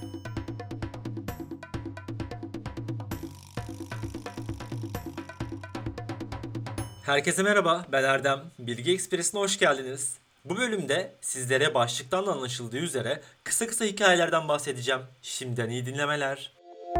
Herkese merhaba, ben Erdem. Bilgi Ekspresi'ne hoş geldiniz. Bu bölümde sizlere başlıktan da anlaşıldığı üzere kısa kısa hikayelerden bahsedeceğim. Şimdiden iyi dinlemeler.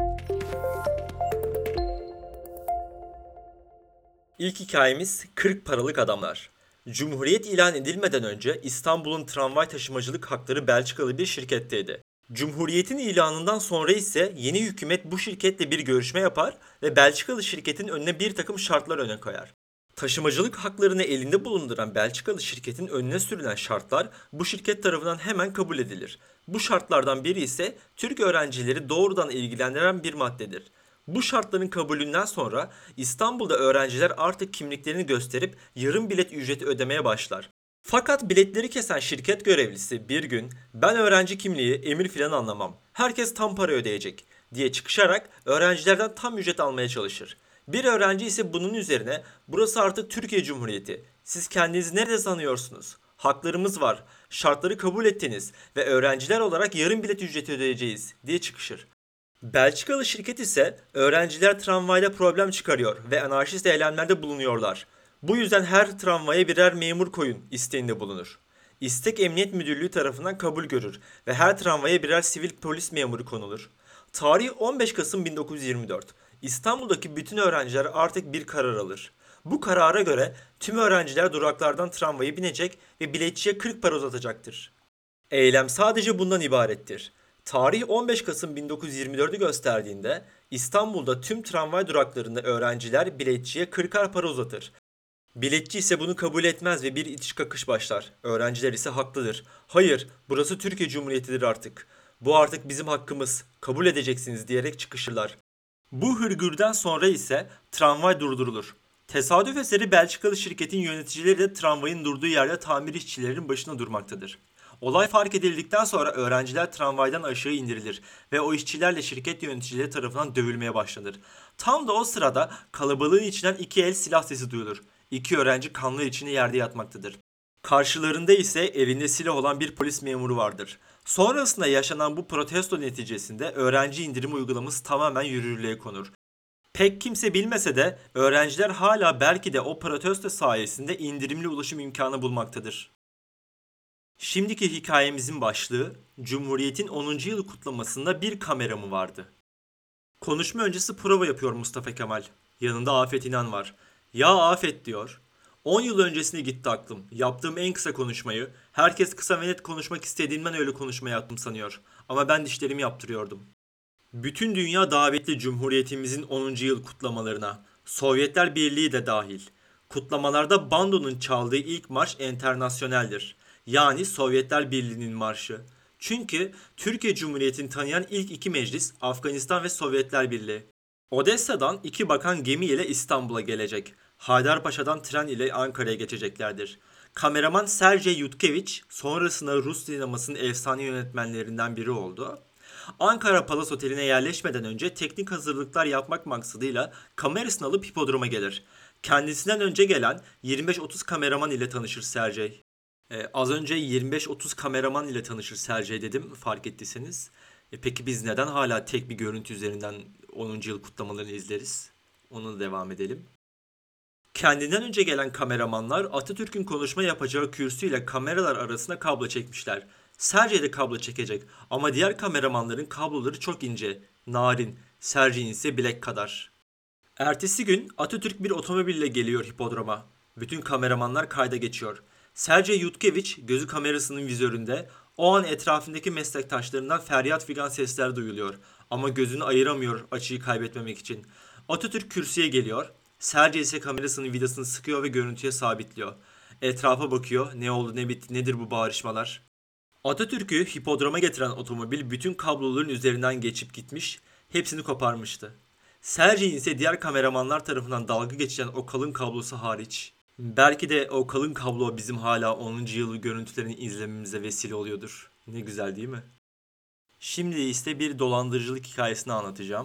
İlk hikayemiz 40 paralık adamlar. Cumhuriyet ilan edilmeden önce İstanbul'un tramvay taşımacılık hakları Belçikalı bir şirketteydi. Cumhuriyetin ilanından sonra ise yeni hükümet bu şirketle bir görüşme yapar ve Belçikalı şirketin önüne bir takım şartlar öne koyar. Taşımacılık haklarını elinde bulunduran Belçikalı şirketin önüne sürülen şartlar bu şirket tarafından hemen kabul edilir. Bu şartlardan biri ise Türk öğrencileri doğrudan ilgilendiren bir maddedir. Bu şartların kabulünden sonra İstanbul'da öğrenciler artık kimliklerini gösterip yarım bilet ücreti ödemeye başlar. Fakat biletleri kesen şirket görevlisi bir gün "Ben öğrenci kimliği, emir filan anlamam. Herkes tam para ödeyecek" diye çıkışarak öğrencilerden tam ücret almaya çalışır. Bir öğrenci ise bunun üzerine "Burası artık Türkiye Cumhuriyeti. Siz kendinizi nerede sanıyorsunuz? Haklarımız var. Şartları kabul ettiniz ve öğrenciler olarak yarım bilet ücreti ödeyeceğiz" diye çıkışır. Belçikalı şirket ise öğrenciler tramvayda problem çıkarıyor ve anarşist eylemlerde bulunuyorlar. Bu yüzden her tramvaya birer memur koyun isteğinde bulunur. İstek Emniyet Müdürlüğü tarafından kabul görür ve her tramvaya birer sivil polis memuru konulur. Tarih 15 Kasım 1924. İstanbul'daki bütün öğrenciler artık bir karar alır. Bu karara göre tüm öğrenciler duraklardan tramvaya binecek ve biletçiye 40 para uzatacaktır. Eylem sadece bundan ibarettir. Tarih 15 Kasım 1924'ü gösterdiğinde İstanbul'da tüm tramvay duraklarında öğrenciler biletçiye 40'ar para uzatır. Biletçi ise bunu kabul etmez ve bir itiş kakış başlar. Öğrenciler ise haklıdır. "Hayır, burası Türkiye Cumhuriyeti'dir artık. Bu artık bizim hakkımız. Kabul edeceksiniz" diyerek çıkışırlar. Bu hırgürden sonra ise tramvay durdurulur. Tesadüf eseri Belçikalı şirketin yöneticileri de tramvayın durduğu yerde tamir işçilerinin başına durmaktadır. Olay fark edildikten sonra öğrenciler tramvaydan aşağı indirilir ve o işçilerle şirket yöneticileri tarafından dövülmeye başlanır. Tam da o sırada kalabalığın içinden iki el silah sesi duyulur. İki öğrenci kanlar içinde yerde yatmaktadır. Karşılarında ise elinde silah olan bir polis memuru vardır. Sonrasında yaşanan bu protesto neticesinde öğrenci indirimi uygulaması tamamen yürürlüğe konur. Pek kimse bilmese de öğrenciler hala belki de o protesto sayesinde indirimli ulaşım imkanı bulmaktadır. Şimdiki hikayemizin başlığı Cumhuriyet'in 10. yılı kutlamasında bir kamera mı vardı? Konuşma öncesi prova yapıyor Mustafa Kemal. Yanında Afet İnan var. "Ya Afet" diyor. "10 yıl öncesine gitti aklım. Yaptığım en kısa konuşmayı, herkes kısa ve net konuşmak istediğimden öyle konuşma yaptım sanıyor. Ama ben dişlerimi yaptırıyordum." Bütün dünya davetli Cumhuriyetimizin 10. yıl kutlamalarına. Sovyetler Birliği de dahil. Kutlamalarda bandonun çaldığı ilk marş enternasyoneldir. Yani Sovyetler Birliği'nin marşı. Çünkü Türkiye Cumhuriyeti'ni tanıyan ilk iki meclis Afganistan ve Sovyetler Birliği. Odessa'dan iki bakan gemi ile İstanbul'a gelecek. Haydarpaşa'dan tren ile Ankara'ya geçeceklerdir. Kameraman Sergey Yudkevich sonrasında Rus sinemasının efsane yönetmenlerinden biri oldu. Ankara Palas Oteli'ne yerleşmeden önce teknik hazırlıklar yapmak maksadıyla kamerasını alıp hipodroma gelir. Kendisinden önce gelen 25-30 kameraman ile tanışır Sergey. Az önce 25-30 kameraman ile tanışır Sergey dedim fark ettiyseniz. Peki biz neden hala tek bir görüntü üzerinden 10. yıl kutlamalarını izleriz? Ona devam edelim. Kendinden önce gelen kameramanlar Atatürk'ün konuşma yapacağı kürsüyle kameralar arasına kablo çekmişler. Sergey de kablo çekecek ama diğer kameramanların kabloları çok ince, narin, Sergey'in ise bilek kadar. Ertesi gün Atatürk bir otomobille geliyor hipodroma. Bütün kameramanlar kayda geçiyor. Sergey Yudkevich gözü kamerasının vizöründe. O an etrafındaki meslektaşlarından feryat figan sesler duyuluyor. Ama gözünü ayıramıyor açıyı kaybetmemek için. Atatürk kürsüye geliyor. Sergey ise kamerasının vidasını sıkıyor ve görüntüye sabitliyor. Etrafa bakıyor. Ne oldu ne bitti nedir bu bağırışmalar? Atatürk'ü hipodroma getiren otomobil bütün kabloların üzerinden geçip gitmiş, hepsini koparmıştı. Sergey'in ise diğer kameramanlar tarafından dalga geçilen o kalın kablosu hariç. Belki de o kalın kablo bizim hala 10. yıl görüntülerini izlememize vesile oluyordur. Ne güzel değil mi? Şimdi ise bir dolandırıcılık hikayesini anlatacağım.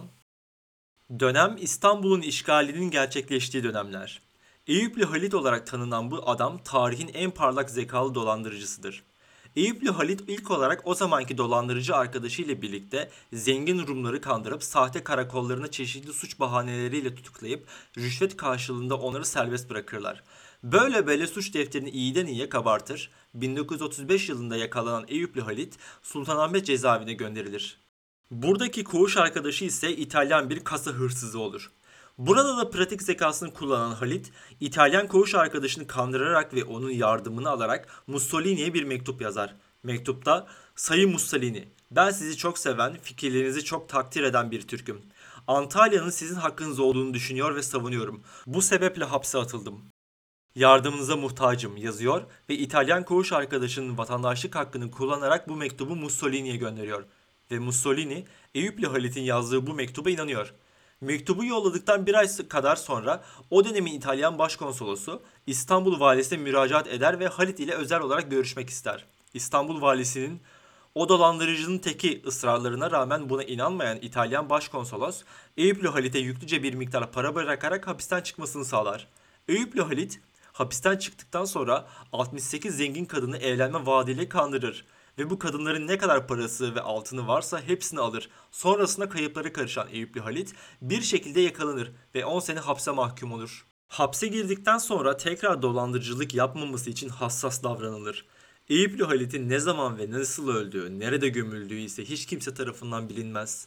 Dönem İstanbul'un işgalinin gerçekleştiği dönemler. Eyüplü Halit olarak tanınan bu adam tarihin en parlak zekalı dolandırıcısıdır. Eyüplü Halit ilk olarak o zamanki dolandırıcı arkadaşıyla birlikte zengin Rumları kandırıp sahte karakollarına çeşitli suç bahaneleriyle tutuklayıp rüşvet karşılığında onları serbest bırakırlar. Böyle suç defterini iyiden iyiye kabartır. 1935 yılında yakalanan Eyüplü Halit Sultanahmet cezaevine gönderilir. Buradaki koğuş arkadaşı ise İtalyan bir kasa hırsızı olur. Burada da pratik zekasını kullanan Halit, İtalyan koğuş arkadaşını kandırarak ve onun yardımını alarak Mussolini'ye bir mektup yazar. Mektupta, "Sayın Mussolini, ben sizi çok seven, fikirlerinizi çok takdir eden bir Türk'üm. Antalya'nın sizin hakkınız olduğunu düşünüyor ve savunuyorum. Bu sebeple hapse atıldım. Yardımınıza muhtacım" yazıyor ve İtalyan koğuş arkadaşının vatandaşlık hakkını kullanarak bu mektubu Mussolini'ye gönderiyor. Ve Mussolini, Eyüplü Halit'in yazdığı bu mektuba inanıyor. Mektubu yolladıktan bir ay kadar sonra o dönemin İtalyan başkonsolosu İstanbul valisine müracaat eder ve Halit ile özel olarak görüşmek ister. İstanbul valisinin o dolandırıcının teki ısrarlarına rağmen buna inanmayan İtalyan başkonsolos Eyüplü Halit'e yüklüce bir miktar para bırakarak hapisten çıkmasını sağlar. Eyüplü Halit hapisten çıktıktan sonra 68 zengin kadını evlenme vaadiyle kandırır ve bu kadınların ne kadar parası ve altını varsa hepsini alır. Sonrasında kayıplara karışan Eyüplü Halit bir şekilde yakalanır ve 10 sene hapse mahkum olur. Hapse girdikten sonra tekrar dolandırıcılık yapmaması için hassas davranılır. Eyüplü Halit'in ne zaman ve nasıl öldüğü, nerede gömüldüğü ise hiç kimse tarafından bilinmez.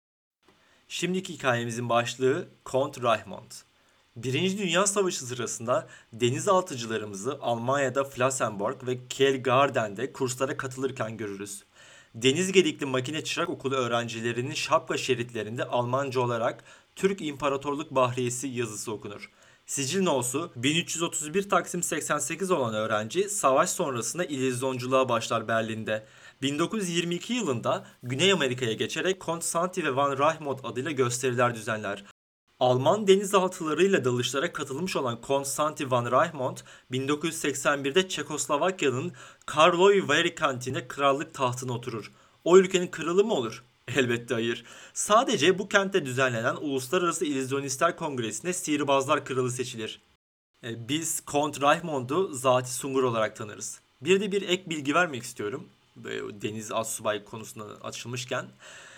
Şimdiki hikayemizin başlığı Kont Raimund. Birinci Dünya Savaşı sırasında denizaltıcılarımızı Almanya'da Flossenburg ve Kielgarten'de kurslara katılırken görürüz. Deniz Gedikli Makine Çırak Okulu öğrencilerinin şapka şeritlerinde Almanca olarak Türk İmparatorluk Bahriyesi yazısı okunur. Sicil nosu 1331 Taksim 88 olan öğrenci savaş sonrasında illüzyonculuğa başlar Berlin'de. 1922 yılında Güney Amerika'ya geçerek Kont Santi ve Van Raimund adıyla gösteriler düzenler. Alman denizaltılarıyla dalışlara katılmış olan Konstantin van Raimund, 1981'de Çekoslovakya'nın Karlovy Vary kentinde krallık tahtına oturur. O ülkenin kralı mı olur? Elbette hayır. Sadece bu kentte düzenlenen Uluslararası İllüzyonistler Kongresi'ne sihirbazlar kralı seçilir. Biz Kont Raimund'u Zati Sungur olarak tanırız. Bir de bir ek bilgi vermek istiyorum. Deniz Astsubay konusunda açılmışken.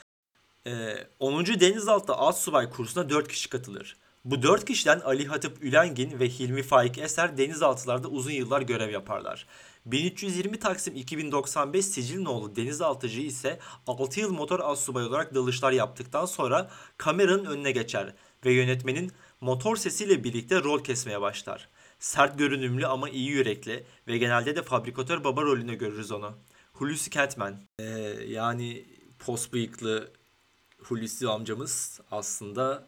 10. Denizaltı Astsubay kursuna 4 kişi katılır. Bu 4 kişiden Ali Hatip Ülengin ve Hilmi Faik Eser denizaltılarda uzun yıllar görev yaparlar. 1320 Taksim 2095 Sicil nolu denizaltıcı ise 6 yıl motor astsubay olarak dalışlar yaptıktan sonra kameranın önüne geçer ve yönetmenin motor sesiyle birlikte rol kesmeye başlar. Sert görünümlü ama iyi yürekli ve genelde de fabrikatör baba rolüne görürüz onu. Hulusi Kentmen. Yani pos bıyıklı Hulusi amcamız aslında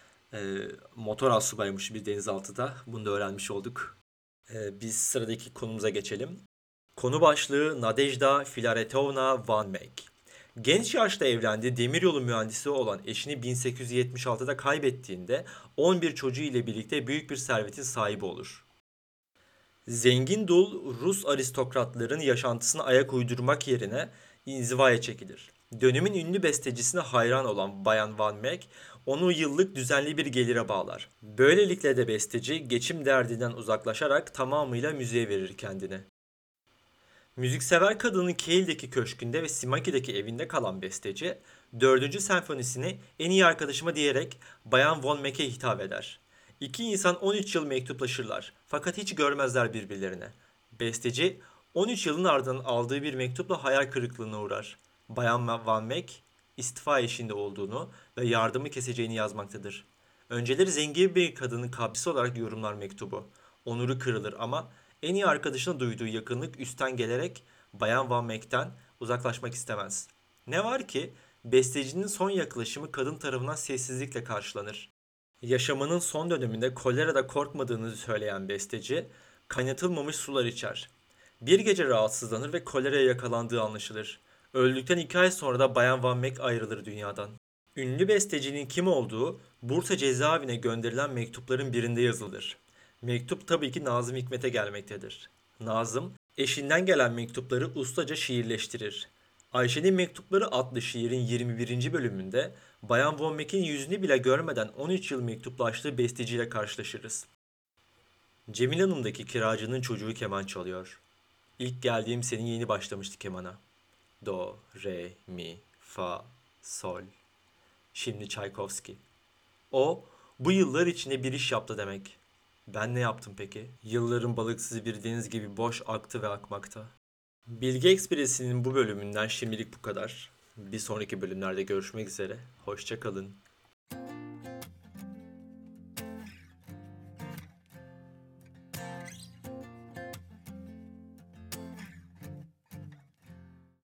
motor astsubaymış bir denizaltıda. Bunu da öğrenmiş olduk. Biz sıradaki konumuza geçelim. Konu başlığı Nadejda Filaretovna Van Meck. Genç yaşta evlendiği demiryolu mühendisi olan eşini 1876'da kaybettiğinde 11 çocuğu ile birlikte büyük bir servetin sahibi olur. Zengin dul Rus aristokratların yaşantısına ayak uydurmak yerine inzivaya çekilir. Dönemin ünlü bestecisine hayran olan Bayan Van Meck onu yıllık düzenli bir gelire bağlar. Böylelikle de besteci geçim derdinden uzaklaşarak tamamıyla müziğe verir kendini. Müziksever kadının Kiel'deki köşkünde ve Simaki'deki evinde kalan besteci, 4. senfonisini en iyi arkadaşıma diyerek Bayan Von Meck'e hitap eder. İki insan 13 yıl mektuplaşırlar fakat hiç görmezler birbirlerine. Besteci 13 yılın ardından aldığı bir mektupla hayal kırıklığına uğrar. Bayan Van Meck istifa eşiğinde olduğunu ve yardımı keseceğini yazmaktadır. Önceleri zengin bir kadının kaprisi olarak yorumlar mektubu. Onuru kırılır ama en iyi arkadaşına duyduğu yakınlık üstten gelerek Bayan Van Meck'ten uzaklaşmak istemez. Ne var ki bestecinin son yaklaşımı kadın tarafından sessizlikle karşılanır. Yaşamının son döneminde kolerada korkmadığını söyleyen besteci, kaynatılmamış sular içer. Bir gece rahatsızlanır ve koleraya yakalandığı anlaşılır. Öldükten 2 ay sonra da Bayan Van Meck ayrılır dünyadan. Ünlü bestecinin kim olduğu Bursa cezaevine gönderilen mektupların birinde yazılır. Mektup tabii ki Nazım Hikmet'e gelmektedir. Nazım, eşinden gelen mektupları ustaca şiirleştirir. Ayşe'nin Mektupları adlı şiirin 21. bölümünde Bayan Von Meck'in yüzünü bile görmeden 13 yıl mektuplaştığı besteciyle karşılaşırız. Cemil Hanım'daki kiracının çocuğu keman çalıyor. İlk geldiğim senin yeni başlamıştı kemana. Do, re, mi, fa, sol. Şimdi Çaykovski. O, bu yıllar içinde bir iş yaptı demek. Ben ne yaptım peki? Yılların balıksız bir deniz gibi boş aktı ve akmakta. Bilgi Ekspresi'nin bu bölümünden şimdilik bu kadar. Bir sonraki bölümlerde görüşmek üzere. Hoşça kalın.